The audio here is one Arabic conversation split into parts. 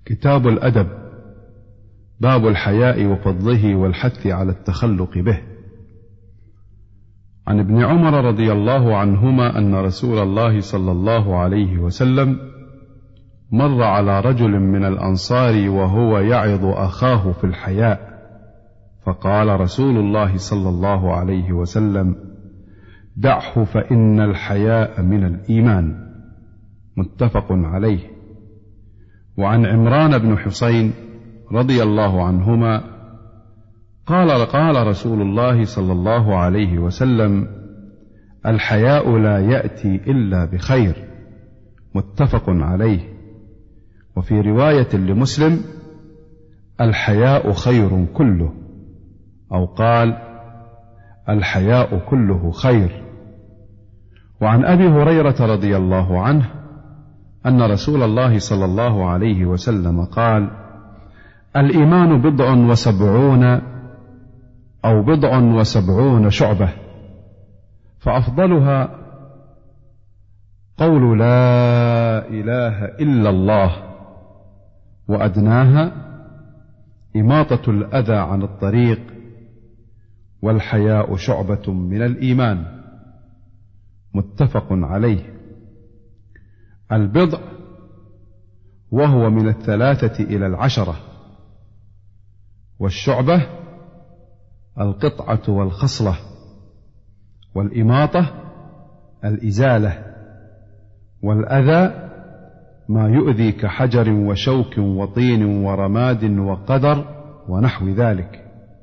كتاب الأدب. باب الحياء وفضله والحث على التخلق به. عن ابن عمر رضي الله عنهما أن رسول الله صلى الله عليه وسلم مر على رجل من الأنصار وهو يعظ أخاه في الحياء، فقال رسول الله صلى الله عليه وسلم: دعه فإن الحياء من الإيمان. متفق عليه. وعن عمران بن حسين رضي الله عنهما قال رسول الله صلى الله عليه وسلم: الحياء لا يأتي إلا بخير. متفق عليه. وفي رواية لمسلم: الحياء خير كله، أو قال: الحياء كله خير. وعن أبي هريرة رضي الله عنه أن رسول الله صلى الله عليه وسلم قال: الإيمان 79 شعبة، فأفضلها قول لا إله إلا الله، وأدناها إماطة الأذى عن الطريق، والحياء شعبة من الإيمان. متفق عليه. البضع وهو من 3 إلى 10، والشعبة القطعة والخصلة، والإماطة الإزالة، والأذى ما يؤذي كحجر وشوك وطين ورماد وقدر ونحو ذلك.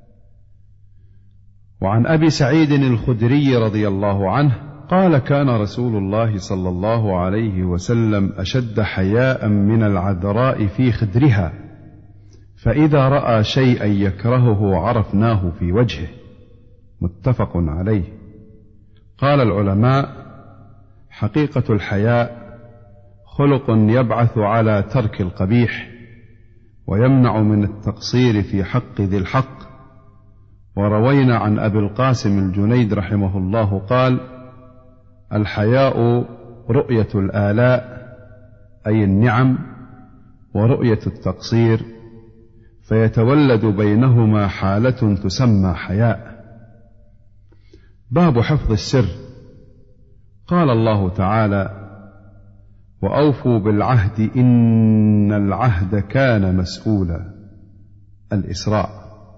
وعن أبي سعيد الخدري رضي الله عنه قال: كان رسول الله صلى الله عليه وسلم أشد حياء من العذراء في خدرها، فإذا رأى شيئا يكرهه عرفناه في وجهه. متفق عليه. قال العلماء: حقيقة الحياء خلق يبعث على ترك القبيح، ويمنع من التقصير في حق ذي الحق. وروينا عن أبي القاسم الجنيد رحمه الله قال: الحياء رؤية الآلاء، أي النعم، ورؤية التقصير، فيتولد بينهما حالة تسمى حياء. باب حفظ السر. قال الله تعالى: وأوفوا بالعهد إن العهد كان مسؤولا. الإسراء.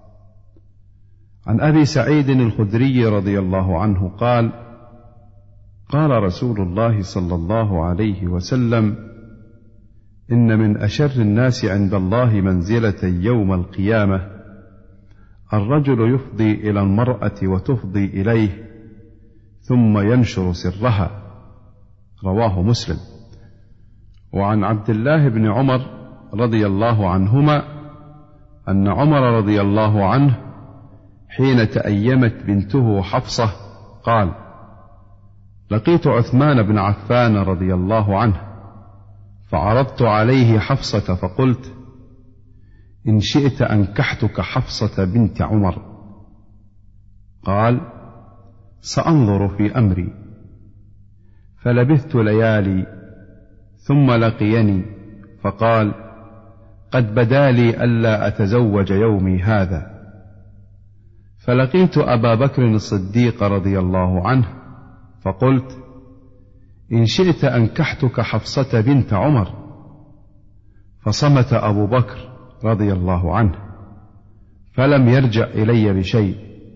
عن أبي سعيد الخدري رضي الله عنه قال: قال رسول الله صلى الله عليه وسلم: إن من أشر الناس عند الله منزلة يوم القيامة الرجل يفضي إلى المرأة وتفضي إليه ثم ينشر سرها. رواه مسلم. وعن عبد الله بن عمر رضي الله عنهما أن عمر رضي الله عنه حين تأيمت بنته حفصة قال: لقيت عثمان بن عفان رضي الله عنه فعرضت عليه حفصة فقلت: إن شئت أنكحتك حفصة بنت عمر. قال: سأنظر في أمري. فلبثت ليالي ثم لقيني فقال: قد بدا لي ألا أتزوج يومي هذا. فلقيت أبا بكر الصديق رضي الله عنه فقلت: إن شئت أنكحتك حفصة بنت عمر. فصمت أبو بكر رضي الله عنه فلم يرجع إلي بشيء،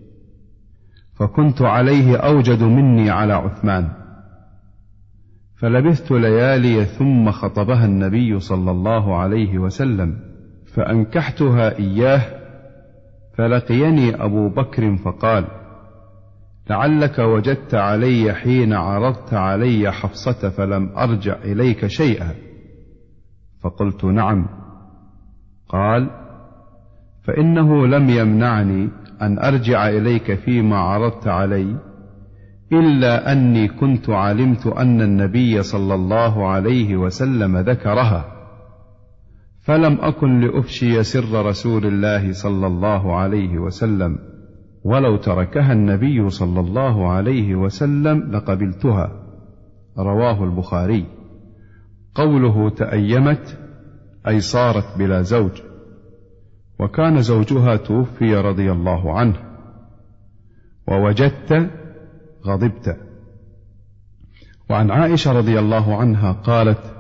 فكنت عليه أوجد مني على عثمان. فلبثت ليالي ثم خطبها النبي صلى الله عليه وسلم فأنكحتها إياه. فلقيني أبو بكر فقال: لعلك وجدت علي حين عرضت علي حفصة فلم أرجع إليك شيئا. فقلت: نعم. قال: فإنه لم يمنعني أن أرجع إليك فيما عرضت علي إلا أني كنت علمت أن النبي صلى الله عليه وسلم ذكرها، فلم أكن لأفشي سر رسول الله صلى الله عليه وسلم، ولو تركها النبي صلى الله عليه وسلم لقبلتها. رواه البخاري. قوله تأيمت أي صارت بلا زوج، وكان زوجها توفي رضي الله عنه. ووجدت غضبت. وعن عائشة رضي الله عنها قالت: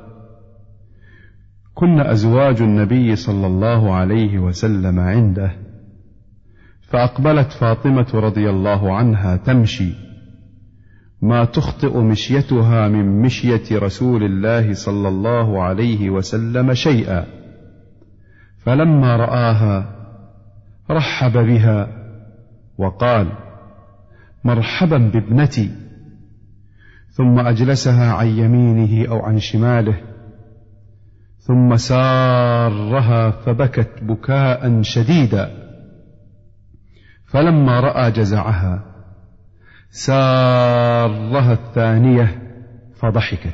كن أزواج النبي صلى الله عليه وسلم عنده، فأقبلت فاطمة رضي الله عنها تمشي ما تخطئ مشيتها من مشية رسول الله صلى الله عليه وسلم شيئا، فلما رآها رحب بها وقال: مرحبا بابنتي، ثم أجلسها عن يمينه أو عن شماله، ثم سارها فبكت بكاء شديدا، فلما رأى جزعها سارها الثانية فضحكت،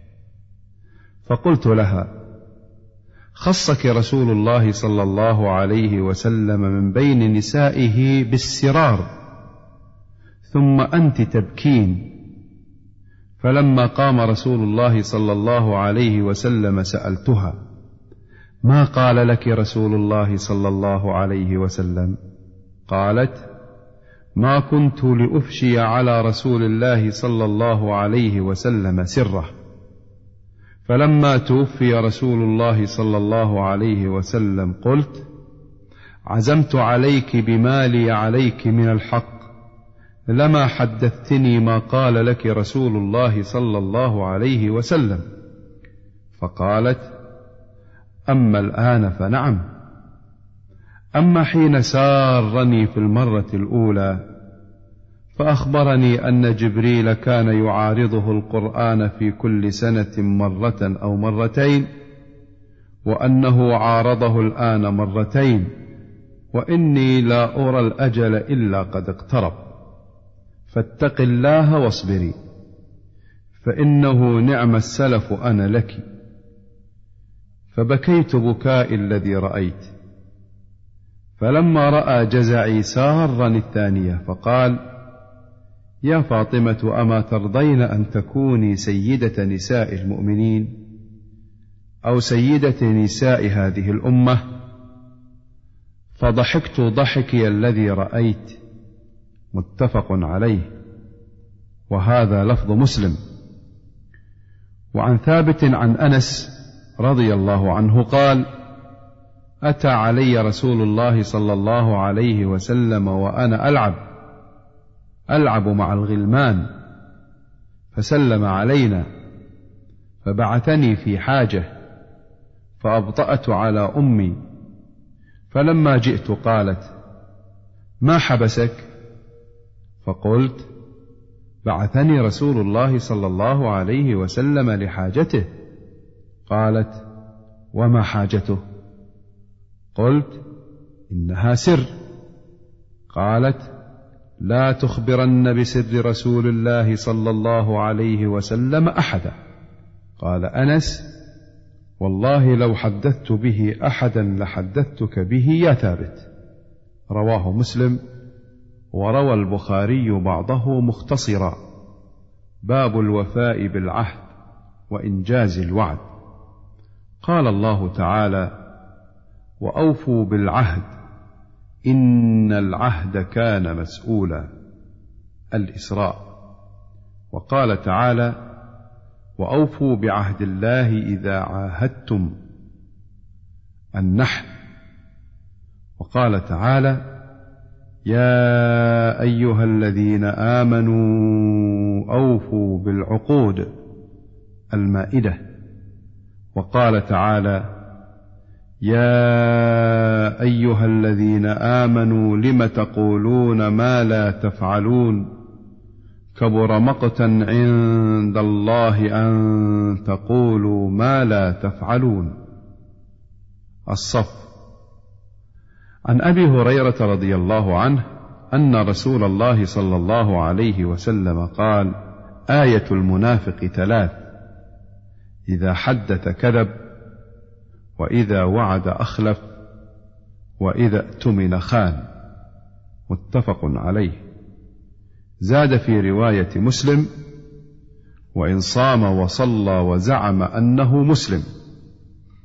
فقلت لها: خصك رسول الله صلى الله عليه وسلم من بين نسائه بالسرار، ثم أنت تبكين. فلما قام رسول الله صلى الله عليه وسلم سألتها: ما قال لك رسول الله صلى الله عليه وسلم؟ قالت: ما كنت لأفشي على رسول الله صلى الله عليه وسلم سره، فلما توفي رسول الله صلى الله عليه وسلم قلت: عزمت عليك بما لي عليك من الحق، لما حدثتني ما قال لك رسول الله صلى الله عليه وسلم. فقالت: أما الآن فنعم، أما حين سارني في المرة الأولى فأخبرني أن جبريل كان يعارضه القرآن في كل سنة مرة أو مرتين، وأنه عارضه الآن مرتين، وإني لا أرى الأجل إلا قد اقترب، فاتق الله واصبري، فإنه نعم السلف أنا لك. فبكيت بكاء الذي رأيت. فلما رأى جزعي سارني الثانية، فقال: يا فاطمة، أما ترضين أن تكوني سيدة نساء المؤمنين أو سيدة نساء هذه الأمة؟ فضحكت ضحكي الذي رأيت. متفق عليه، وهذا لفظ مسلم. وعن ثابت عن أنس رضي الله عنه قال: أتى علي رسول الله صلى الله عليه وسلم وأنا ألعب مع الغلمان، فسلم علينا، فبعثني في حاجة، فأبطأت على أمي، فلما جئت قالت: ما حبسك؟ فقلت: بعثني رسول الله صلى الله عليه وسلم لحاجته. قالت: وما حاجته؟ قلت: إنها سر. قالت: لا تخبرن بسر رسول الله صلى الله عليه وسلم أحدا. قال أنس: والله لو حدثت به أحدا لحدثتك به يا ثابت. رواه مسلم. وروى البخاري بعضه مختصرا. باب الوفاء بالعهد وإنجاز الوعد. قال الله تعالى: وأوفوا بالعهد إن العهد كان مسؤولا. الإسراء. وقال تعالى: وأوفوا بعهد الله إذا عاهدتم. النحل. وقال تعالى: يا أيها الذين آمنوا أوفوا بالعقود. المائدة. وقال تعالى: يا أيها الذين آمنوا لم تقولون ما لا تفعلون كبر مقتا عند الله أن تقولوا ما لا تفعلون. الصف. عن أبي هريرة رضي الله عنه أن رسول الله صلى الله عليه وسلم قال: آية المنافق 3: إذا حدث كذب، وإذا وعد أخلف، وإذا اؤتمن خان. متفق عليه. زاد في رواية مسلم: وإن صام وصلى وزعم أنه مسلم.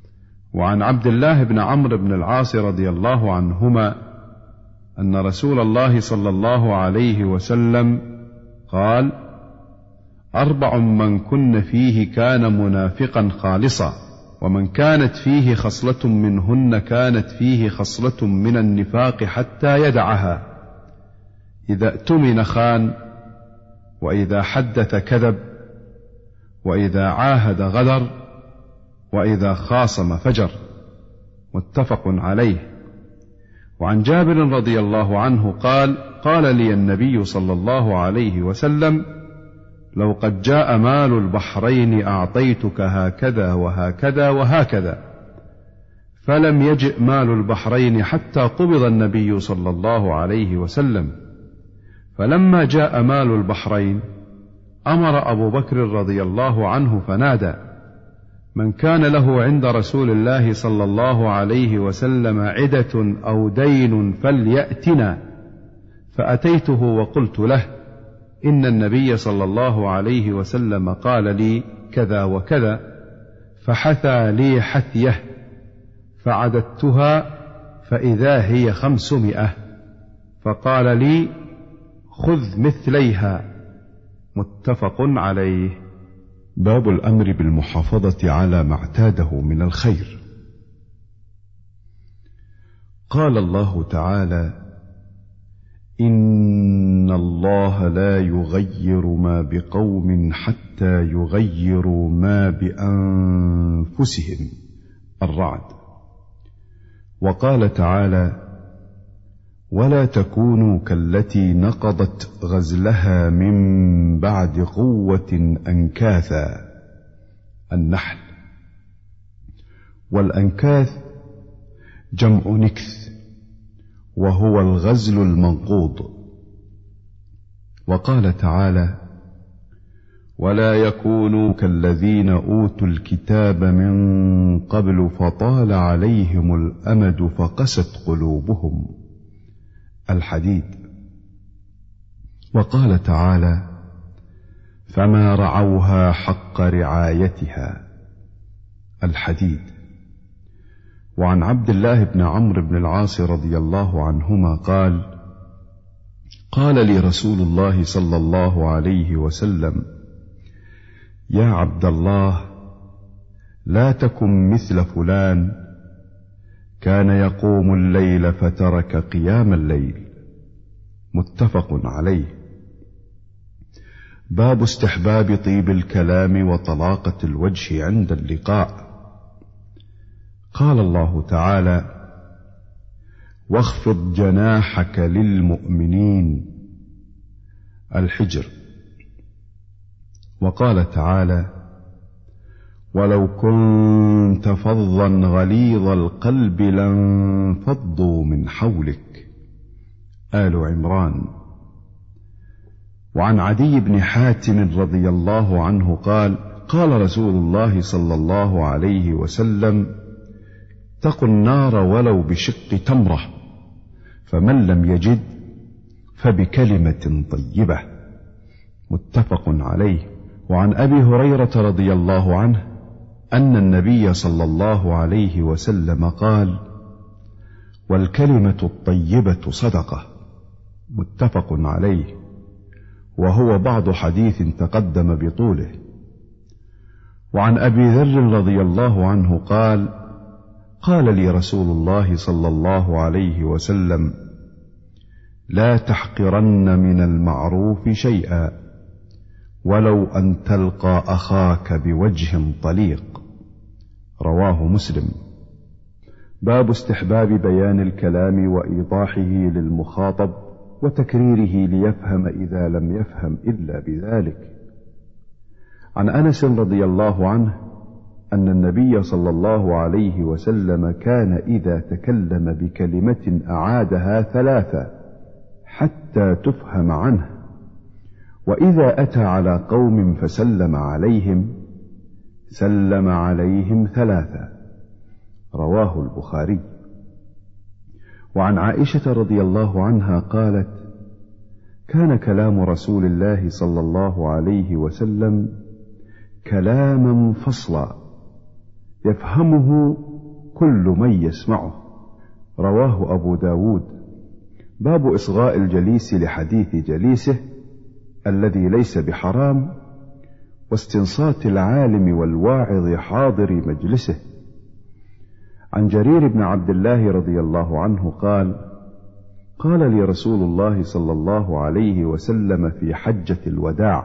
وعن عبد الله بن عمرو بن العاص رضي الله عنهما أن رسول الله صلى الله عليه وسلم قال: 4 من كن فيه كان منافقا خالصا، ومن كانت فيه خصلة منهن كانت فيه خصلة من النفاق حتى يدعها: إذا اؤتمن خان، وإذا حدث كذب، وإذا عاهد غدر، وإذا خاصم فجر. متفق عليه. وعن جابر رضي الله عنه قال: قال لي النبي صلى الله عليه وسلم: لو قد جاء مال البحرين أعطيتك هكذا وهكذا وهكذا، فلم يجئ مال البحرين حتى قبض النبي صلى الله عليه وسلم. فلما جاء مال البحرين أمر أبو بكر رضي الله عنه فنادى: من كان له عند رسول الله صلى الله عليه وسلم عدة أو دين فليأتنا. فأتيته وقلت له: إن النبي صلى الله عليه وسلم قال لي كذا وكذا، فحثى لي حثيه، فعددتها فإذا هي 500، فقال لي: خذ مثليها. متفق عليه. باب الأمر بالمحافظة على ما اعتاده من الخير. قال الله تعالى: إن الله لا يغير ما بقوم حتى يغيروا ما بأنفسهم. الرعد. وقال تعالى: ولا تكونوا كالتي نقضت غزلها من بعد قوة أنكاثا. النحل. والأنكاث جمع نكث، وهو الغزل المنقوض. وقال تعالى: ولا يكونوا كالذين أوتوا الكتاب من قبل فطال عليهم الأمد فقست قلوبهم. الحديد. وقال تعالى: فما رعوها حق رعايتها. الحديد. وعن عبد الله بن عمرو بن العاص رضي الله عنهما قال: قال لي رسول الله صلى الله عليه وسلم: يا عبد الله، لا تكن مثل فلان، كان يقوم الليل فترك قيام الليل. متفق عليه. باب استحباب طيب الكلام وطلاقة الوجه عند اللقاء. قال الله تعالى: واخفض جناحك للمؤمنين. الحجر. وقال تعالى: ولو كنت فظا غليظ القلب لانفضوا من حولك. آل عمران. وعن عدي بن حاتم رضي الله عنه قال: قال رسول الله صلى الله عليه وسلم: اتقوا النار ولو بشق تمرة، فمن لم يجد فبكلمة طيبة. متفق عليه. وعن أبي هريرة رضي الله عنه أن النبي صلى الله عليه وسلم قال: والكلمة الطيبة صدقة. متفق عليه، وهو بعض حديث تقدم بطوله. وعن أبي ذر رضي الله عنه قال: قال لي رسول الله صلى الله عليه وسلم: لا تحقرن من المعروف شيئا، ولو أن تلقى أخاك بوجه طليق. رواه مسلم. باب استحباب بيان الكلام وإيضاحه للمخاطب وتكريره ليفهم إذا لم يفهم إلا بذلك. عن أنس رضي الله عنه أن النبي صلى الله عليه وسلم كان إذا تكلم بكلمة أعادها 3 حتى تفهم عنه، وإذا أتى على قوم فسلم عليهم سلم عليهم 3. رواه البخاري. وعن عائشة رضي الله عنها قالت: كان كلام رسول الله صلى الله عليه وسلم كلاما فصلا يفهمه كل من يسمعه. رواه أبو داود. باب إصغاء الجليس لحديث جليسه الذي ليس بحرام، واستنصات العالم والواعظ حاضر مجلسه. عن جرير بن عبد الله رضي الله عنه قال: قال لي رسول الله صلى الله عليه وسلم في حجة الوداع: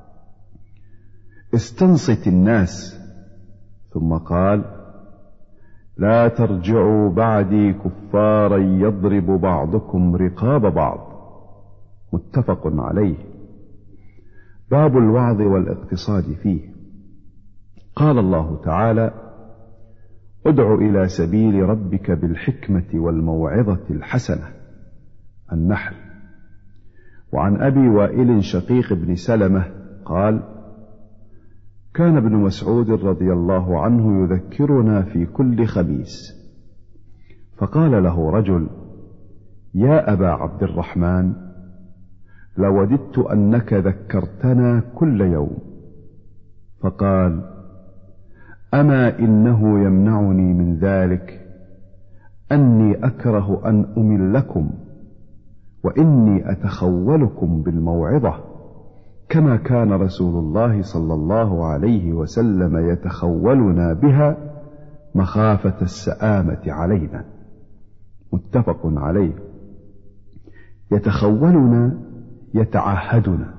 استنصت الناس. ثم قال: لا ترجعوا بعدي كفارا يضرب بعضكم رقاب بعض. متفق عليه. باب الوعظ والاقتصاد فيه. قال الله تعالى: ادع إلى سبيل ربك بالحكمة والموعظة الحسنة. النحل. وعن أبي وائل شقيق بن سلمة قال: كان ابن مسعود رضي الله عنه يذكرنا في كل خميس، فقال له رجل: يا أبا عبد الرحمن، لوددت أنك ذكرتنا كل يوم. فقال: أما إنه يمنعني من ذلك أني أكره أن أملكم، وإني أتخولكم بالموعظة، كما كان رسول الله صلى الله عليه وسلم يتخولنا بها مخافة السآمة علينا. متفق عليه. يتخولنا يتعهدنا.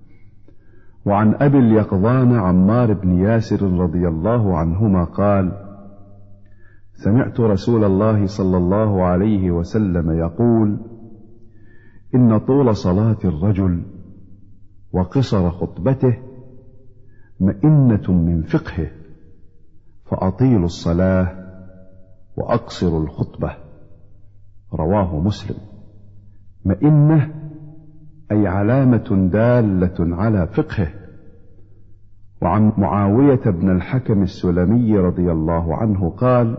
وعن أبي اليقظان عمار بن ياسر رضي الله عنهما قال: سمعت رسول الله صلى الله عليه وسلم يقول: إن طول صلاة الرجل وقصر خطبته مئنة من فقهه، فأطيلوا الصلاة وأقصروا الخطبة. رواه مسلم. مئنة أي علامة دالة على فقهه. وعن معاوية بن الحكم السلمي رضي الله عنه قال: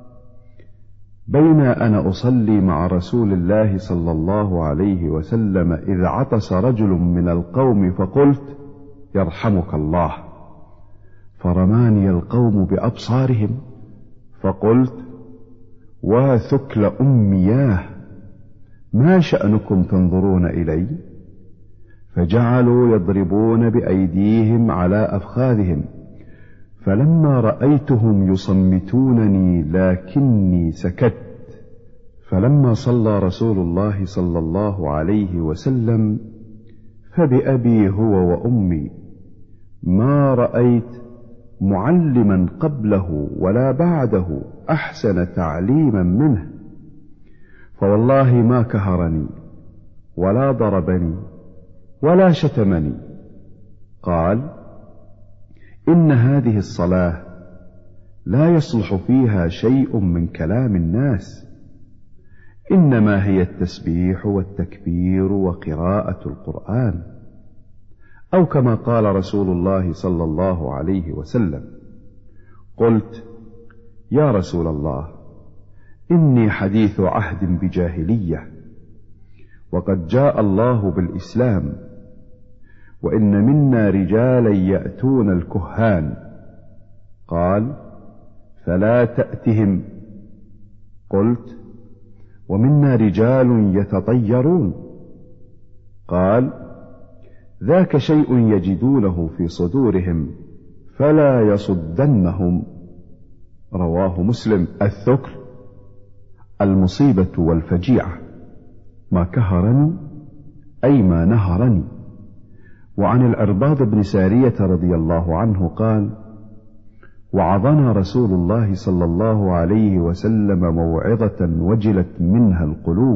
بين أنا أصلي مع رسول الله صلى الله عليه وسلم إذ عطس رجل من القوم فقلت: يرحمك الله، فرماني القوم بأبصارهم، فقلت: واثكل أمياه، ما شأنكم تنظرون إلي؟ فجعلوا يضربون بأيديهم على أفخاذهم، فلما رأيتهم يصمتونني لكني سكت. فلما صلى رسول الله صلى الله عليه وسلم فبأبي هو وأمي ما رأيت معلما قبله ولا بعده أحسن تعليما منه، فوالله ما كهرني ولا ضربني ولا شتمني. قال: إن هذه الصلاة لا يصلح فيها شيء من كلام الناس، إنما هي التسبيح والتكبير وقراءة القرآن، أو كما قال رسول الله صلى الله عليه وسلم. قلت: يا رسول الله، إني حديث عهد بجاهلية، وقد جاء الله بالإسلام، وإن منا رجالا يأتون الكهان. قال: فلا تأتهم. قلت: ومنا رجال يتطيرون. قال: ذاك شيء يجدونه في صدورهم فلا يصدنهم. رواه مسلم. الثكل المصيبة والفجيعة. ما كهرني أي ما نهرني. وعن العرباض بن سارية رضي الله عنه قال: وعظنا رسول الله صلى الله عليه وسلم موعظة وجلت منها القلوب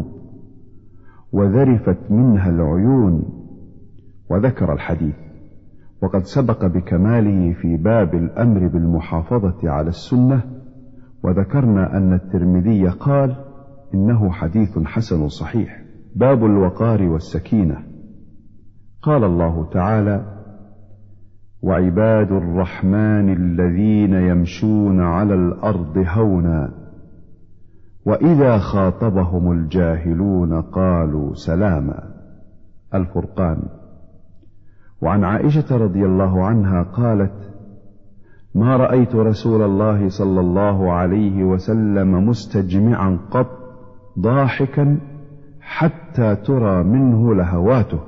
وذرفت منها العيون. وذكر الحديث، وقد سبق بكماله في باب الأمر بالمحافظة على السنة. وذكرنا أن الترمذي قال: إنه حديث حسن صحيح. باب الوقار والسكينة. قال الله تعالى: وعباد الرحمن الذين يمشون على الأرض هونا وإذا خاطبهم الجاهلون قالوا سلاما. الفرقان. وعن عائشة رضي الله عنها قالت: ما رأيت رسول الله صلى الله عليه وسلم مستجمعا قط ضاحكا حتى ترى منه لهواته،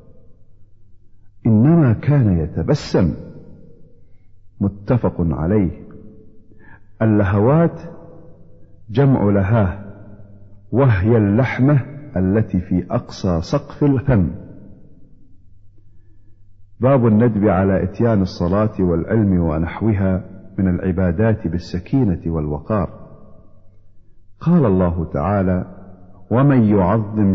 إنما كان يتبسم. متفق عليه. اللهوات جمع لهاه، وهي اللحمة التي في أقصى سقف الفم. باب الندب على إتيان الصلاة والعلم ونحوها من العبادات بالسكينة والوقار. قال الله تعالى: ومن يعظم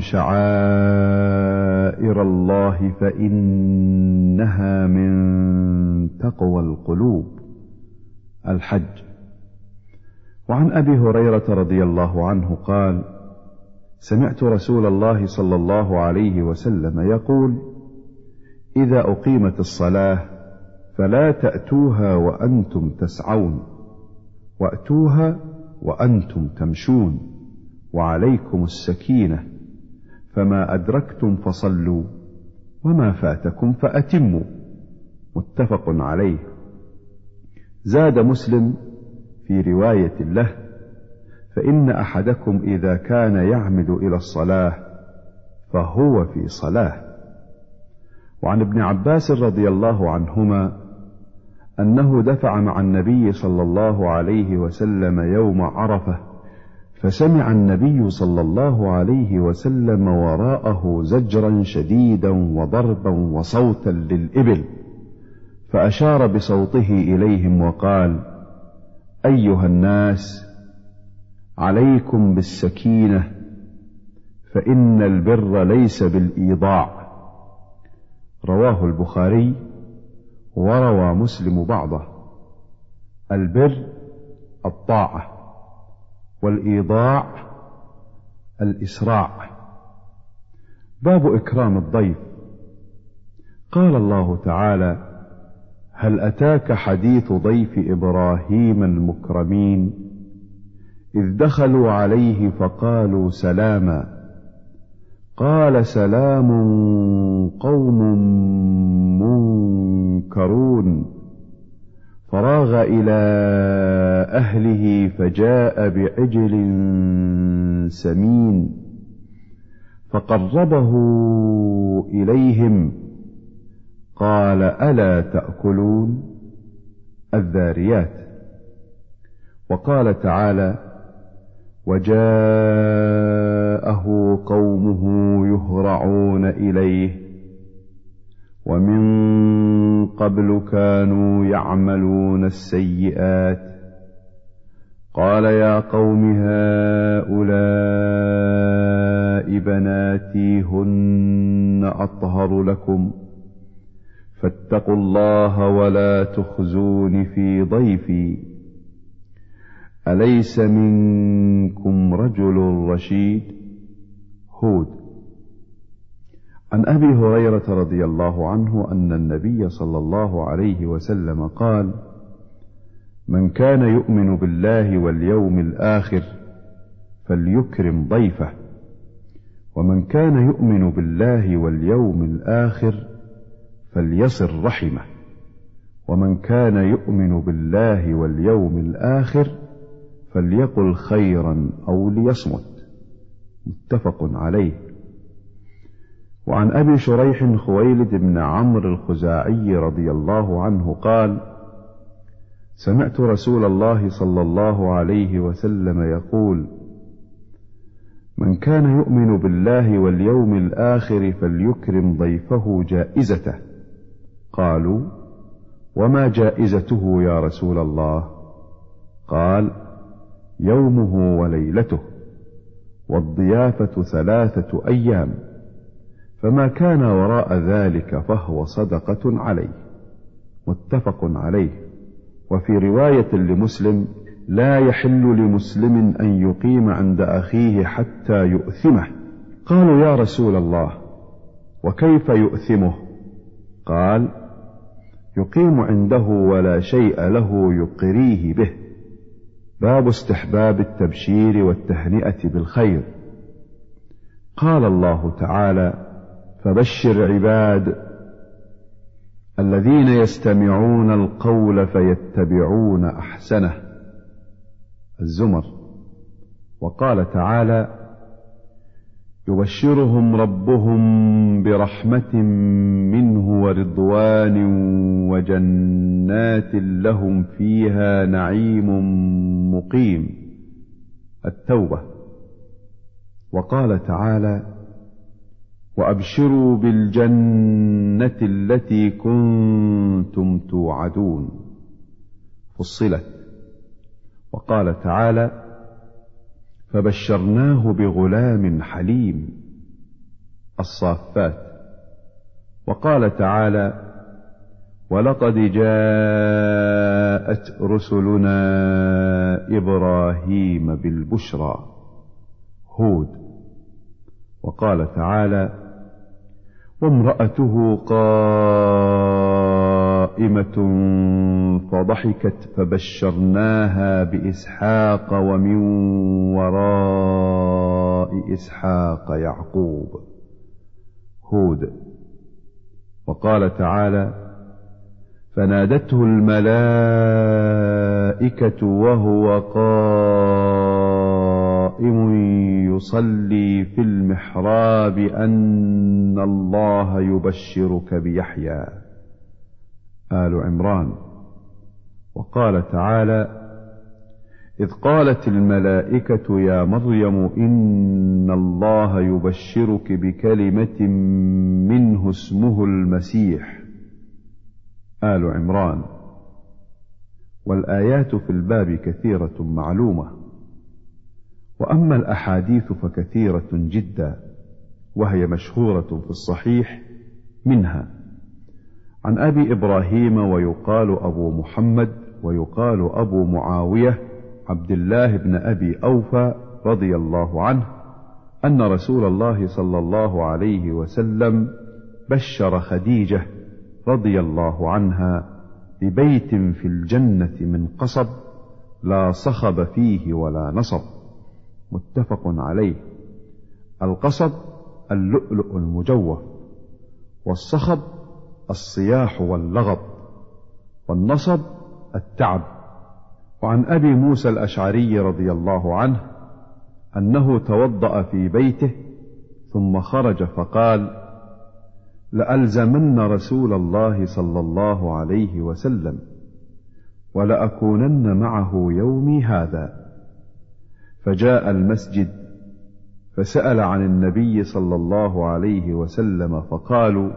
شعائر الله فإنها من تقوى القلوب. الحج. وعن أبي هريرة رضي الله عنه قال: سمعت رسول الله صلى الله عليه وسلم يقول: إذا أقيمت الصلاة فلا تأتوها وأنتم تسعون، وأتوها وأنتم تمشون، وعليكم السكينة، فما أدركتم فصلوا وما فاتكم فأتموا. متفق عليه. زاد مسلم في رواية له: فإن أحدكم إذا كان يعمد إلى الصلاة فهو في صلاة. وعن ابن عباس رضي الله عنهما أنه دفع مع النبي صلى الله عليه وسلم يوم عرفة، فسمع النبي صلى الله عليه وسلم وراءه زجرا شديدا وضربا وصوتا للإبل، فأشار بصوته إليهم وقال: أيها الناس، عليكم بالسكينة، فإن البر ليس بالإيضاع. رواه البخاري، وروى مسلم بعضه. البر الطاعة، والإيضاع الإسراع. باب إكرام الضيف. قال الله تعالى: هل أتاك حديث ضيف إبراهيم المكرمين إذ دخلوا عليه فقالوا سلاما، قال سلام قوم منكرون، فراغ إلى أهله فجاء بعجل سمين فقربه إليهم قال ألا تأكلون؟ الذاريات. وقال تعالى: وجاءه قومه يهرعون إليه ومن قبل كانوا يعملون السيئات، قال يا قوم هؤلاء بناتي هن أطهر لكم فاتقوا الله ولا تخزون في ضيفي، أليس منكم رجل رشيد؟ هود. عن أبي هريرة رضي الله عنه أن النبي صلى الله عليه وسلم قال: من كان يؤمن بالله واليوم الآخر فليكرم ضيفه، ومن كان يؤمن بالله واليوم الآخر فليصل رحمه، ومن كان يؤمن بالله واليوم الآخر فليقل خيرا أو ليصمت. متفق عليه. وعن أبي شريح خويلد بن عمرو الخزاعي رضي الله عنه قال: سمعت رسول الله صلى الله عليه وسلم يقول: من كان يؤمن بالله واليوم الآخر فليكرم ضيفه جائزته. قالوا: وما جائزته يا رسول الله؟ قال: يومه وليلته، والضيافة 3 أيام، فما كان وراء ذلك فهو صدقة عليه. متفق عليه. وفي رواية لمسلم: لا يحل لمسلم أن يقيم عند أخيه حتى يؤثمه. قالوا: يا رسول الله، وكيف يؤثمه؟ قال: يقيم عنده ولا شيء له يقريه به. باب استحباب التبشير والتهنئة بالخير. قال الله تعالى: فبشر عباد الذين يستمعون القول فيتبعون أحسنه. الزمر. وقال تعالى: يبشرهم ربهم برحمة منه ورضوان وجنات لهم فيها نعيم مقيم. التوبة. وقال تعالى: وأبشروا بالجنة التي كنتم توعدون. فصلت. وقال تعالى: فبشرناه بغلام حليم. الصافات. وقال تعالى: ولقد جاءت رسلنا إبراهيم بالبشرى. هود. وقال تعالى: وامرأته قائمة فضحكت فبشرناها بإسحاق ومن وراء إسحاق يعقوب. هود. وقال تعالى: فنادته الملائكة وهو قائم يصلي في المحراب أن الله يبشرك بيحيى. آل عمران. وقال تعالى: إذ قالت الملائكة يا مريم إن الله يبشرك بكلمة منه اسمه المسيح. آل عمران. والآيات في الباب كثيرة معلومة، وأما الأحاديث فكثيرة جدا، وهي مشهورة في الصحيح، منها عن أبي إبراهيم ويقال أبو محمد ويقال أبو معاوية عبد الله بن أبي أوفى رضي الله عنه أن رسول الله صلى الله عليه وسلم بشر خديجة رضي الله عنها ببيت في الجنة من قصب لا صخب فيه ولا نصب. متفق عليه. القصب اللؤلؤ المجوف، والصخب الصياح واللغط، والنصب التعب. وعن أبي موسى الأشعري رضي الله عنه أنه توضأ في بيته ثم خرج فقال: لألزمن رسول الله صلى الله عليه وسلم ولأكونن معه يومي هذا. فجاء المسجد فسأل عن النبي صلى الله عليه وسلم فقالوا: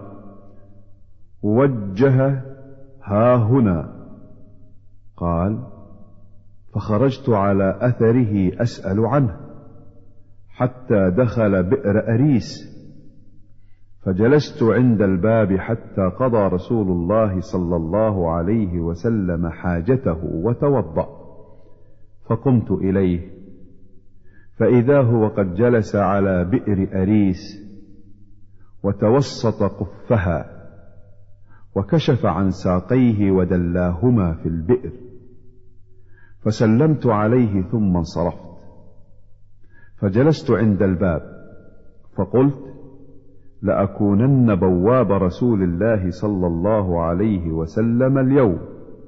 وجه ها هنا. قال: فخرجت على أثره أسأل عنه حتى دخل بئر أريس، فجلست عند الباب حتى قضى رسول الله صلى الله عليه وسلم حاجته وتوضأ، فقمت إليه فإذا هو قد جلس على بئر أريس وتوسط قفها، وكشف عن ساقيه ودلاهما في البئر، فسلمت عليه ثم انصرفت. فجلست عند الباب فقلت: لأكونن بواب رسول الله صلى الله عليه وسلم اليوم.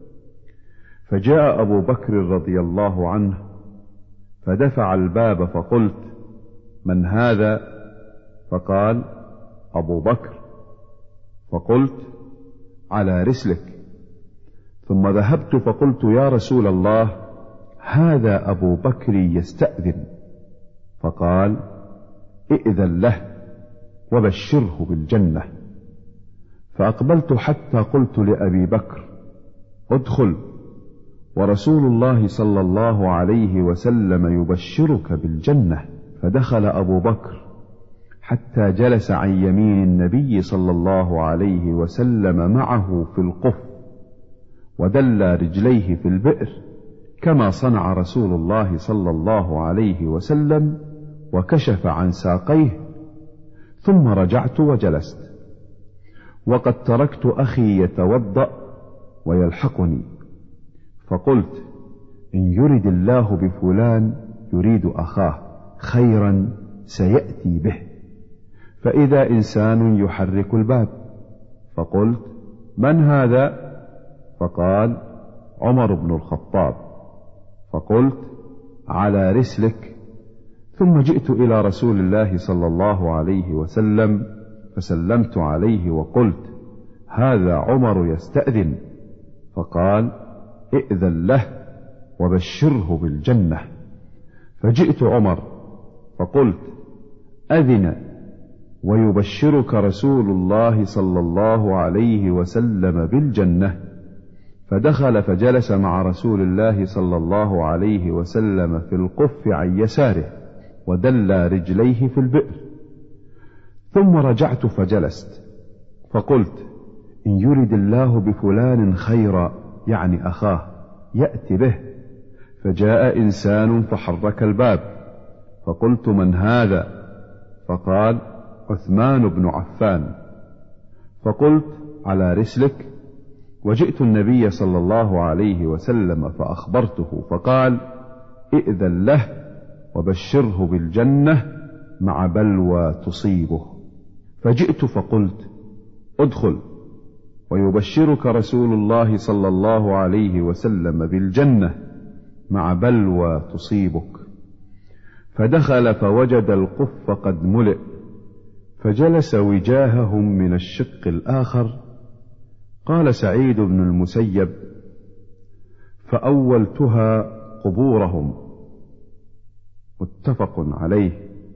فجاء أبو بكر رضي الله عنه فدفع الباب فقلت: من هذا؟ فقال: أبو بكر. فقلت: على رسلك. ثم ذهبت فقلت: يا رسول الله، هذا أبو بكر يستأذن. فقال: ائذن له وبشره بالجنة. فأقبلت حتى قلت لأبي بكر: ادخل، ورسول الله صلى الله عليه وسلم يبشرك بالجنة. فدخل أبو بكر حتى جلس عن يمين النبي صلى الله عليه وسلم معه في القف، ودلى رجليه في البئر كما صنع رسول الله صلى الله عليه وسلم، وكشف عن ساقيه، ثم رجعت وجلست، وقد تركت أخي يتوضأ ويلحقني، فقلت: إن يرد الله بفلان يريد أخاه خيرا سيأتي به. فإذا إنسان يحرك الباب، فقلت: من هذا؟ فقال: عمر بن الخطاب. فقلت: على رسلك. ثم جئت إلى رسول الله صلى الله عليه وسلم فسلمت عليه وقلت: هذا عمر يستأذن. فقال: ائذن له وبشره بالجنة. فجئت عمر فقلت: أذن ويبشرك رسول الله صلى الله عليه وسلم بالجنة. فدخل فجلس مع رسول الله صلى الله عليه وسلم في القف عن يساره ودلى رجليه في البئر. ثم رجعت فجلست فقلت: إن يرد الله بفلان خيرا، يعني أخاه، يأتي به. فجاء إنسان فحرك الباب، فقلت: من هذا؟ فقال: عثمان بن عفان. فقلت: على رسلك. وجئت النبي صلى الله عليه وسلم فأخبرته، فقال: ائذن له وبشره بالجنة مع بلوى تصيبه. فجئت فقلت: ادخل ويبشرك رسول الله صلى الله عليه وسلم بالجنة مع بلوى تصيبك. فدخل فوجد القف قد ملئ، فجلس وجاههم من الشق الآخر. قال سعيد بن المسيب: فأولتها قبورهم. متفق عليه.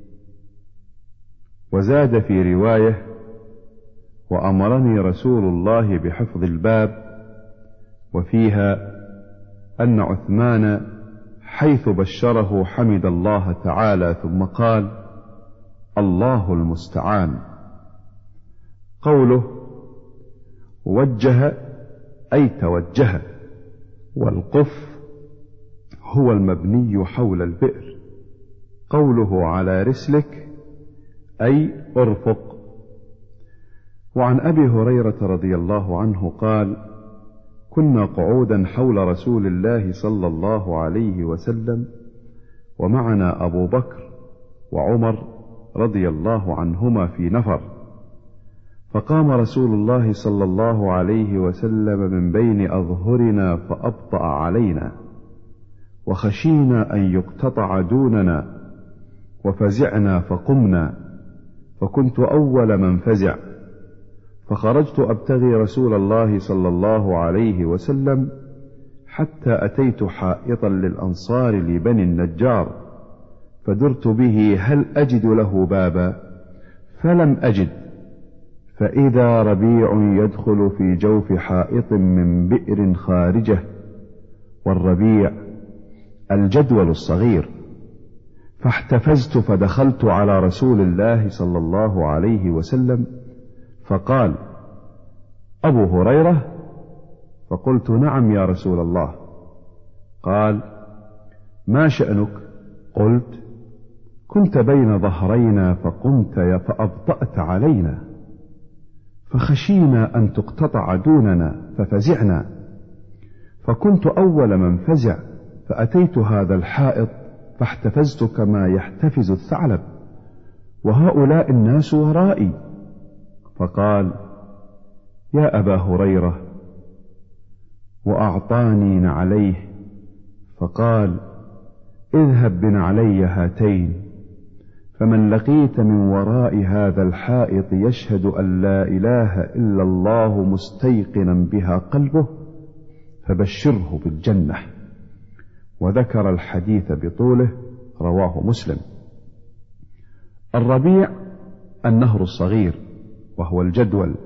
وزاد في رواية: وأمرني رسول الله بحفظ الباب. وفيها أن عثمان حيث بشره حمد الله تعالى ثم قال: الله المستعان. قوله وجه أي توجه، والقف هو المبني حول البئر. قوله على رسلك أي ارفق. وعن أبي هريرة رضي الله عنه قال: كنا قعودا حول رسول الله صلى الله عليه وسلم، ومعنا أبو بكر وعمر رضي الله عنهما في نفر. فقام رسول الله صلى الله عليه وسلم من بين أظهرنا فأبطأ علينا، وخشينا أن يقتطع دوننا، وفزعنا فقمنا، فكنت أول من فزع. فخرجت أبتغي رسول الله صلى الله عليه وسلم حتى أتيت حائطا للأنصار لبني النجار، فدرت به هل أجد له بابا، فلم أجد. فإذا ربيع يدخل في جوف حائط من بئر خارجه، والربيع الجدول الصغير. فاحتفزت فدخلت على رسول الله صلى الله عليه وسلم، فقال: أبو هريرة؟ فقلت: نعم يا رسول الله. قال: ما شأنك؟ قلت: كنت بين ظهرينا فقمت فأبطأت علينا، فخشينا أن تقتطع دوننا ففزعنا، فكنت أول من فزع، فأتيت هذا الحائط فاحتفزت كما يحتفز الثعلب، وهؤلاء الناس ورائي. فقال: يا أبا هريرة، وأعطاني نعليه، فقال: اذهب بنعلي هاتين، فمن لقيت من وراء هذا الحائط يشهد أن لا إله إلا الله مستيقنا بها قلبه فبشره بالجنة. وذكر الحديث بطوله، رواه مسلم. الربيع النهر الصغير وهو الجدول.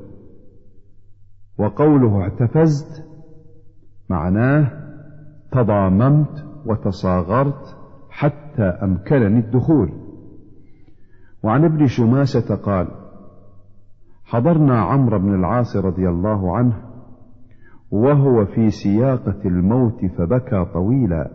وقوله احتفزت معناه تضاممت وتصاغرت حتى أمكنني الدخول. وعن ابن شماسة قال: حضرنا عمرو بن العاص رضي الله عنه وهو في سياقة الموت فبكى طويلا،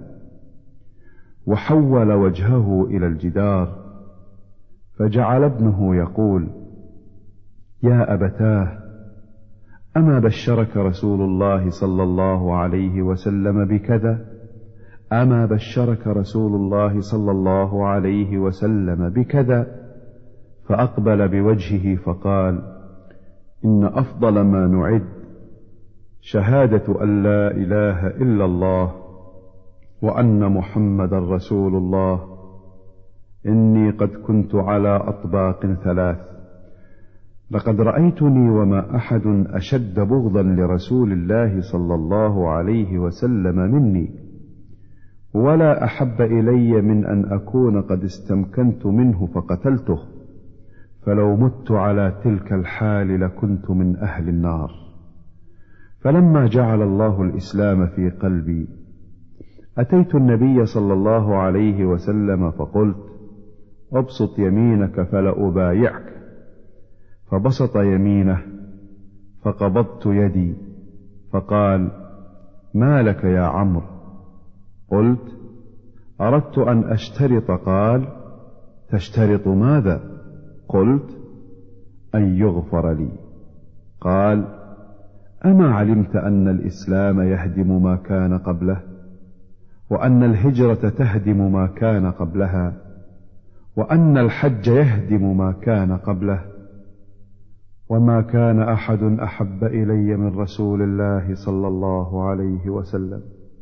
وحول وجهه إلى الجدار، فجعل ابنه يقول: يا أبتاه، أما بشرك رسول الله صلى الله عليه وسلم بكذا؟ أما بشرك رسول الله صلى الله عليه وسلم بكذا؟ فأقبل بوجهه فقال: إن أفضل ما نعد شهادة أن لا إله إلا الله وأن محمدا رسول الله، إني قد كنت على أطباق 3. لقد رأيتني وما أحد أشد بغضا لرسول الله صلى الله عليه وسلم مني، ولا أحب إلي من أن أكون قد استمكنت منه فقتلته، فلو مت على تلك الحال لكنت من أهل النار. فلما جعل الله الإسلام في قلبي أتيت النبي صلى الله عليه وسلم فقلت: أبسط يمينك فلأبايعك. فبسط يمينه فقبضت يدي فقال: ما لك يا عمرو؟ قلت: أردت أن أشترط. قال: تشترط ماذا؟ قلت: أن يغفر لي. قال: أما علمت أن الإسلام يهدم ما كان قبله، وأن الهجرة تهدم ما كان قبلها، وأن الحج يهدم ما كان قبله؟ وما كان أحد أحب إلي من رسول الله صلى الله عليه وسلم،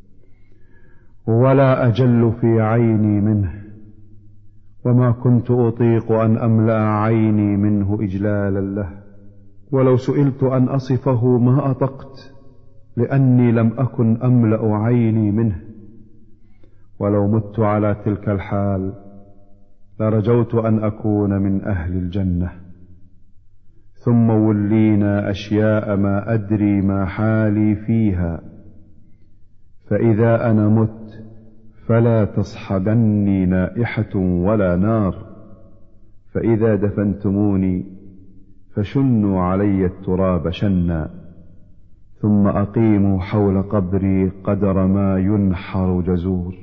ولا أجل في عيني منه، وما كنت أطيق أن أملأ عيني منه إجلالا له، ولو سئلت أن أصفه ما أطقت، لأني لم أكن أملأ عيني منه. ولو مت على تلك الحال لرجوت أن أكون من أهل الجنة. ثم ولينا أشياء ما أدري ما حالي فيها، فإذا أنا مت فلا تصحبني نائحة ولا نار، فإذا دفنتموني فشنوا علي التراب شنا، ثم أقيموا حول قبري قدر ما ينحر جزور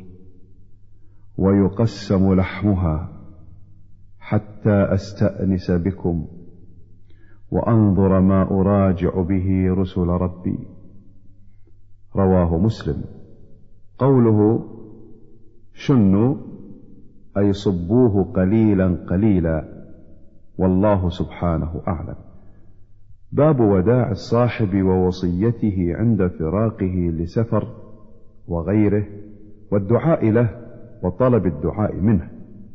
ويقسم لحمها، حتى أستأنس بكم وأنظر ما أراجع به رسل ربي. رواه مسلم. قوله شنوا أي صبوه قليلا قليلا، والله سبحانه أعلم. باب وداع الصاحب ووصيته عند فراقه لسفر وغيره، والدعاء له وطلب الدعاء منه.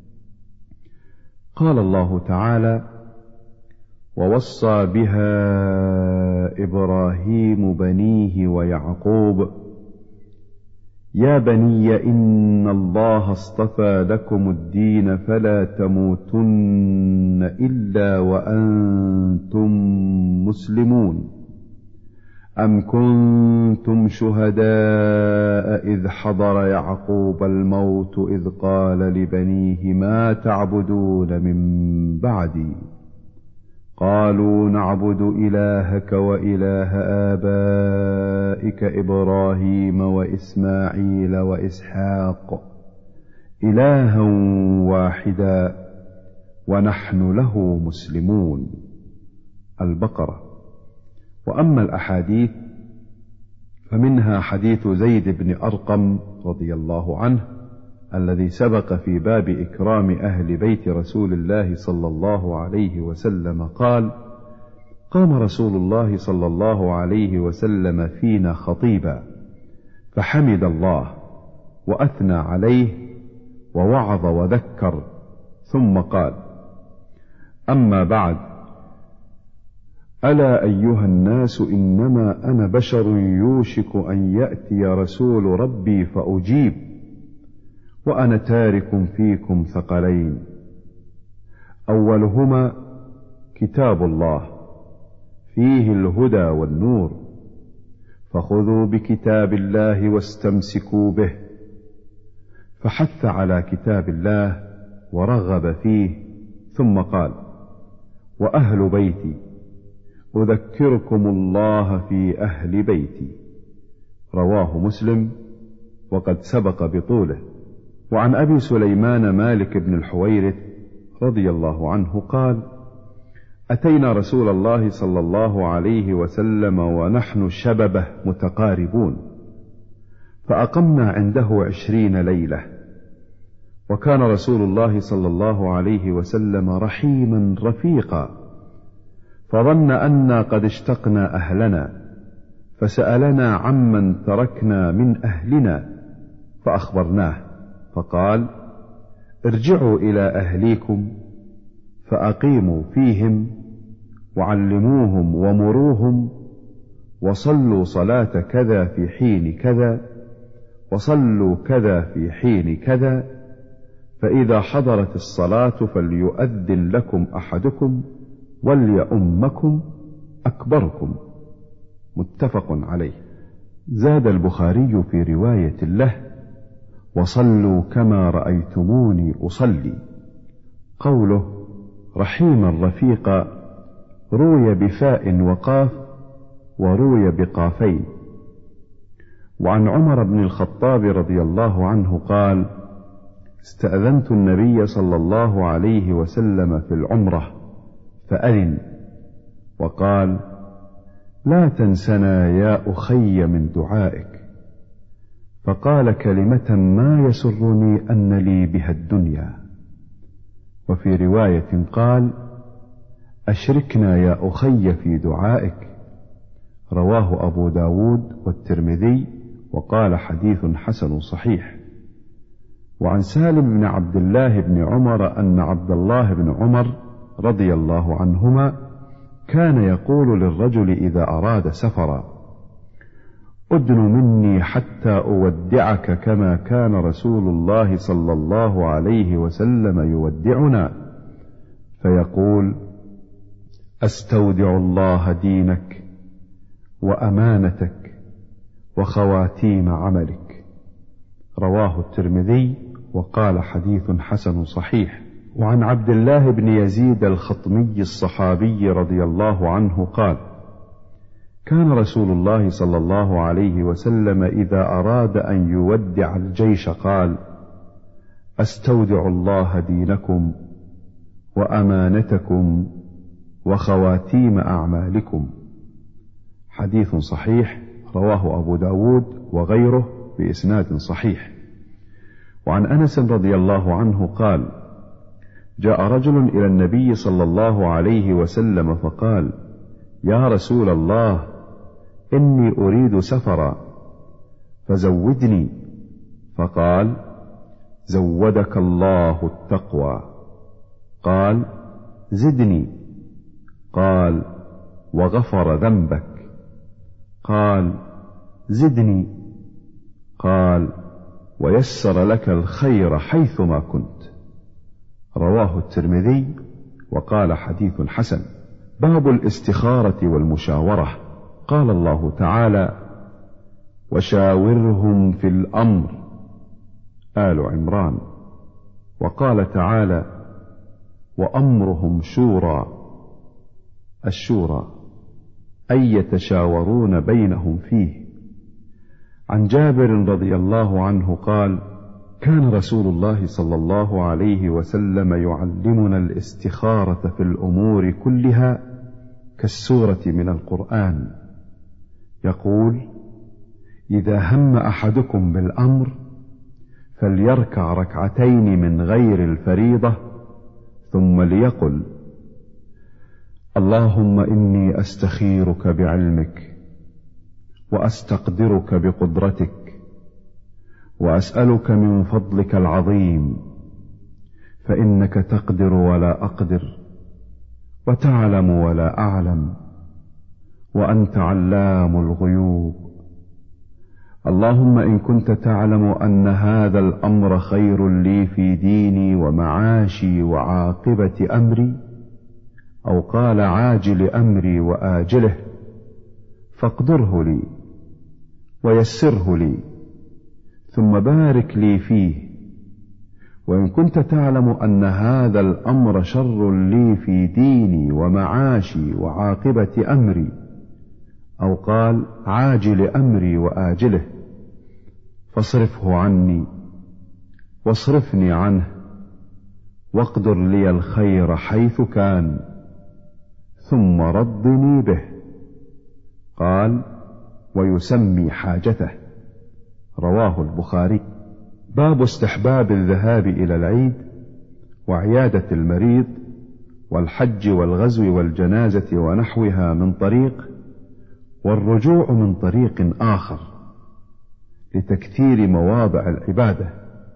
قال الله تعالى: ووصى بها إبراهيم بنيه ويعقوب يا بني إن الله اصطفى لكم الدين فلا تموتن إلا وأنتم مسلمون. أم كنتم شهداء إذ حضر يعقوب الموت إذ قال لبنيه ما تعبدون من بعدي قالوا نعبد إلهك وإله آبائك إبراهيم وإسماعيل وإسحاق إلها واحدا ونحن له مسلمون. البقرة. وأما الأحاديث فمنها حديث زيد بن أرقم رضي الله عنه الذي سبق في باب إكرام أهل بيت رسول الله صلى الله عليه وسلم قال: قام رسول الله صلى الله عليه وسلم فينا خطيبا فحمد الله وأثنى عليه ووعظ وذكر، ثم قال: أما بعد، ألا أيها الناس إنما أنا بشر يوشك أن يأتي رسول ربي فأجيب، وأنا تارك فيكم ثقلين، أولهما كتاب الله فيه الهدى والنور، فخذوا بكتاب الله واستمسكوا به. فحث على كتاب الله ورغب فيه، ثم قال: وأهل بيتي أذكركم الله في أهل بيتي. رواه مسلم وقد سبق بطوله. وعن أبي سليمان مالك بن الحويرث رضي الله عنه قال: أتينا رسول الله صلى الله عليه وسلم ونحن شببه متقاربون، فأقمنا عنده 20 ليلة، وكان رسول الله صلى الله عليه وسلم رحيما رفيقا، فظن أنا قد اشتقنا أهلنا، فسألنا عمن تركنا من أهلنا فأخبرناه، فقال: ارجعوا إلى أهليكم فأقيموا فيهم وعلموهم ومروهم، وصلوا صلاة كذا في حين كذا، وصلوا كذا في حين كذا، فإذا حضرت الصلاة فليؤذن لكم أحدكم وليؤمكم أكبركم. متفق عليه. زاد البخاري في رواية له: وصلوا كما رأيتموني أصلي. قوله رحيما رفيقا روي بفاء وقاف، وروي بقافين. وعن عمر بن الخطاب رضي الله عنه قال: استأذنت النبي صلى الله عليه وسلم في العمرة فأذن، وقال: لا تنسنا يا أخي من دعائك. فقال كلمة ما يسرني أن لي بها الدنيا. وفي رواية قال: أشركنا يا أخي في دعائك. رواه أبو داود والترمذي، وقال حديث حسن صحيح. وعن سالم بن عبد الله بن عمر أن عبد الله بن عمر رضي الله عنهما كان يقول للرجل إذا أراد سفرا: أدن مني حتى أودعك كما كان رسول الله صلى الله عليه وسلم يودعنا، فيقول: أستودع الله دينك وأمانتك وخواتيم عملك. رواه الترمذي، وقال حديث حسن صحيح. وعن عبد الله بن يزيد الخطمي الصحابي رضي الله عنه قال: كان رسول الله صلى الله عليه وسلم إذا أراد أن يودع الجيش قال: أستودع الله دينكم وأمانتكم وخواتيم أعمالكم. حديث صحيح، رواه أبو داود وغيره بإسناد صحيح. وعن أنس رضي الله عنه قال: جاء رجل إلى النبي صلى الله عليه وسلم فقال: يا رسول الله، إني أريد سفرا فزودني. فقال: زودك الله التقوى. قال: زدني. قال: وغفر ذنبك. قال: زدني. قال: ويسر لك الخير حيثما كنت. رواه الترمذي، وقال حديث حسن. باب الاستخارة والمشاورة. قال الله تعالى: وشاورهم في الأمر، آل عمران. وقال تعالى: وأمرهم شورى، الشورى، أي يتشاورون بينهم فيه. عن جابر رضي الله عنه قال: كان رسول الله صلى الله عليه وسلم يعلمنا الاستخارة في الأمور كلها كالسورة من القرآن. يقول: إذا هم أحدكم بالأمر فليركع ركعتين من غير الفريضة، ثم ليقل: اللهم إني أستخيرك بعلمك، وأستقدرك بقدرتك، وأسألك من فضلك العظيم، فإنك تقدر ولا أقدر، وتعلم ولا أعلم، وأنت علام الغيوب. اللهم إن كنت تعلم أن هذا الأمر خير لي في ديني ومعاشي وعاقبة أمري، أو قال عاجل أمري وآجله، فاقدره لي ويسره لي، ثم بارك لي فيه. وإن كنت تعلم أن هذا الأمر شر لي في ديني ومعاشي وعاقبة أمري، أو قال عاجل أمري وآجله، فاصرفه عني واصرفني عنه، واقدر لي الخير حيث كان، ثم ردني به. قال: ويسمي حاجته. رواه البخاري. باب استحباب الذهاب إلى العيد وعيادة المريض والحج والغزو والجنازة ونحوها من طريق، والرجوع من طريق آخر لتكثير مواضع العبادة.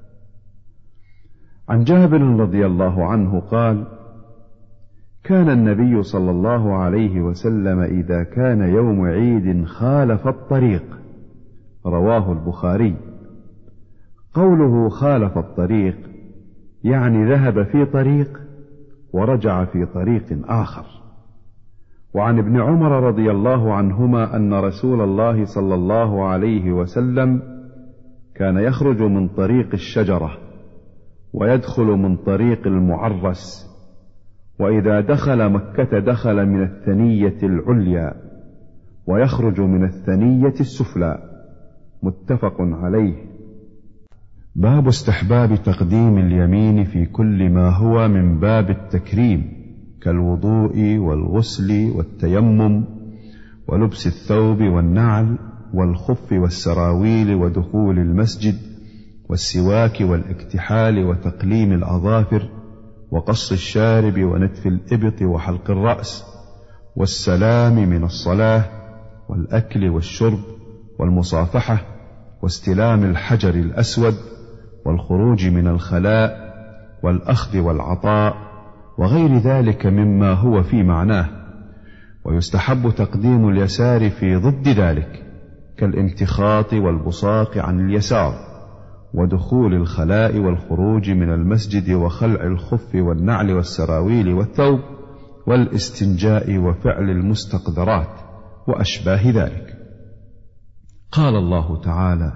عن جابر رضي الله عنه قال: كان النبي صلى الله عليه وسلم إذا كان يوم عيد خالف الطريق. رواه البخاري. قوله خالف الطريق يعني ذهب في طريق ورجع في طريق آخر. وعن ابن عمر رضي الله عنهما أن رسول الله صلى الله عليه وسلم كان يخرج من طريق الشجرة ويدخل من طريق المعرس، وإذا دخل مكة دخل من الثنية العليا ويخرج من الثنية السفلى. متفق عليه. باب استحباب تقديم اليمين في كل ما هو من باب التكريم كالوضوء والغسل والتيمم ولبس الثوب والنعل والخف والسراويل ودخول المسجد والسواك والاكتحال وتقليم الأظافر وقص الشارب ونتف الإبط وحلق الرأس والسلام من الصلاة والأكل والشرب والمصافحة واستلام الحجر الأسود والخروج من الخلاء والأخذ والعطاء وغير ذلك مما هو في معناه. ويستحب تقديم اليسار في ضد ذلك كالامتخاط والبصاق عن اليسار ودخول الخلاء والخروج من المسجد وخلع الخف والنعل والسراويل والثوب والاستنجاء وفعل المستقذرات وأشباه ذلك. قال الله تعالى: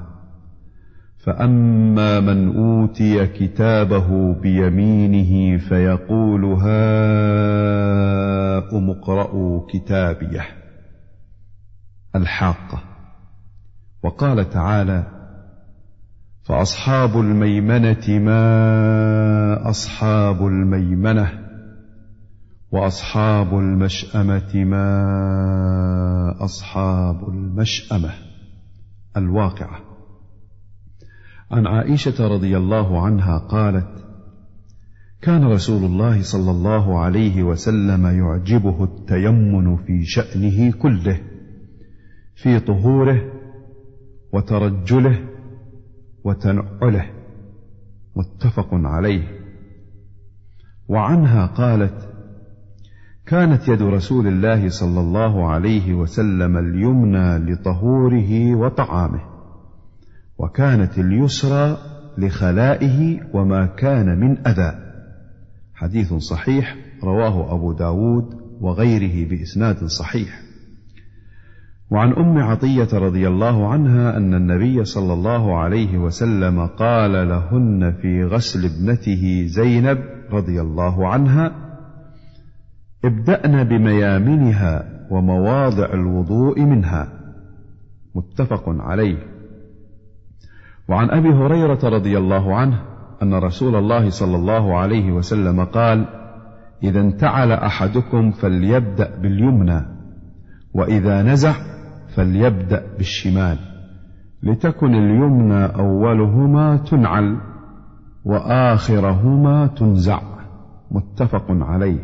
فأما من أوتي كتابه بيمينه فيقول هاؤم اقرءوا كتابيه. الحاقة. وقال تعالى: فأصحاب الميمنة ما أصحاب الميمنة وأصحاب المشأمة ما أصحاب المشأمة. الواقعة. عن عائشة رضي الله عنها قالت: كان رسول الله صلى الله عليه وسلم يعجبه التيمن في شأنه كله، في طهوره وترجله وتنعله. متفق عليه. وعنها قالت: كانت يد رسول الله صلى الله عليه وسلم اليمنى لطهوره وطعامه، وكانت اليسرى لخلائه وما كان من أذى. حديث صحيح رواه أبو داود وغيره بإسناد صحيح. وعن أم عطية رضي الله عنها أن النبي صلى الله عليه وسلم قال لهن في غسل ابنته زينب رضي الله عنها: ابدأن بميامنها ومواضع الوضوء منها. متفق عليه. وعن أبي هريرة رضي الله عنه أن رسول الله صلى الله عليه وسلم قال: إذا انتعل أحدكم فليبدأ باليمنى، وإذا نزع فليبدأ بالشمال، لتكن اليمنى أولهما تنعل وآخرهما تنزع. متفق عليه.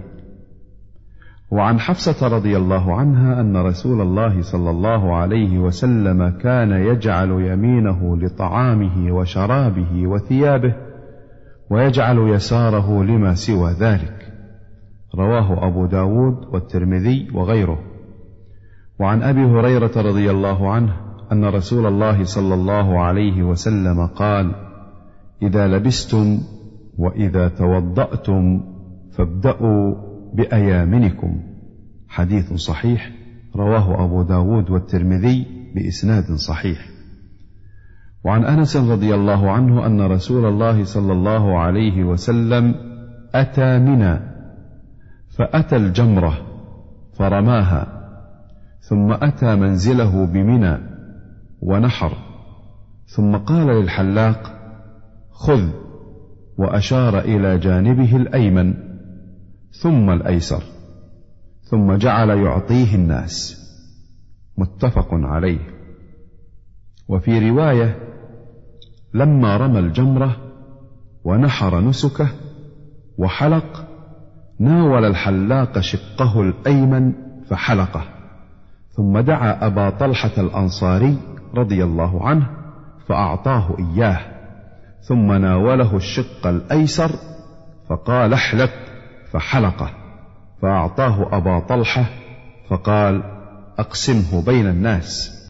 وعن حفصة رضي الله عنها أن رسول الله صلى الله عليه وسلم كان يجعل يمينه لطعامه وشرابه وثيابه، ويجعل يساره لما سوى ذلك. رواه أبو داود والترمذي وغيره. وعن أبي هريرة رضي الله عنه أن رسول الله صلى الله عليه وسلم قال: إذا لبستم وإذا توضأتم فابدأوا بأيامنكم. حديث صحيح رواه أبو داود والترمذي بإسناد صحيح. وعن أنس رضي الله عنه أن رسول الله صلى الله عليه وسلم أتى منى فأتى الجمرة فرماها، ثم أتى منزله بمنى ونحر، ثم قال للحلاق: خذ، وأشار إلى جانبه الأيمن ثم الأيسر، ثم جعل يعطيه الناس. متفق عليه. وفي رواية: لما رمى الجمرة ونحر نسكه وحلق، ناول الحلاق شقه الأيمن فحلقه، ثم دعا أبا طلحة الأنصاري رضي الله عنه فأعطاه إياه، ثم ناوله الشق الأيسر فقال احلق، فحلقه، فأعطاه أبا طلحة فقال اقسمه بين الناس.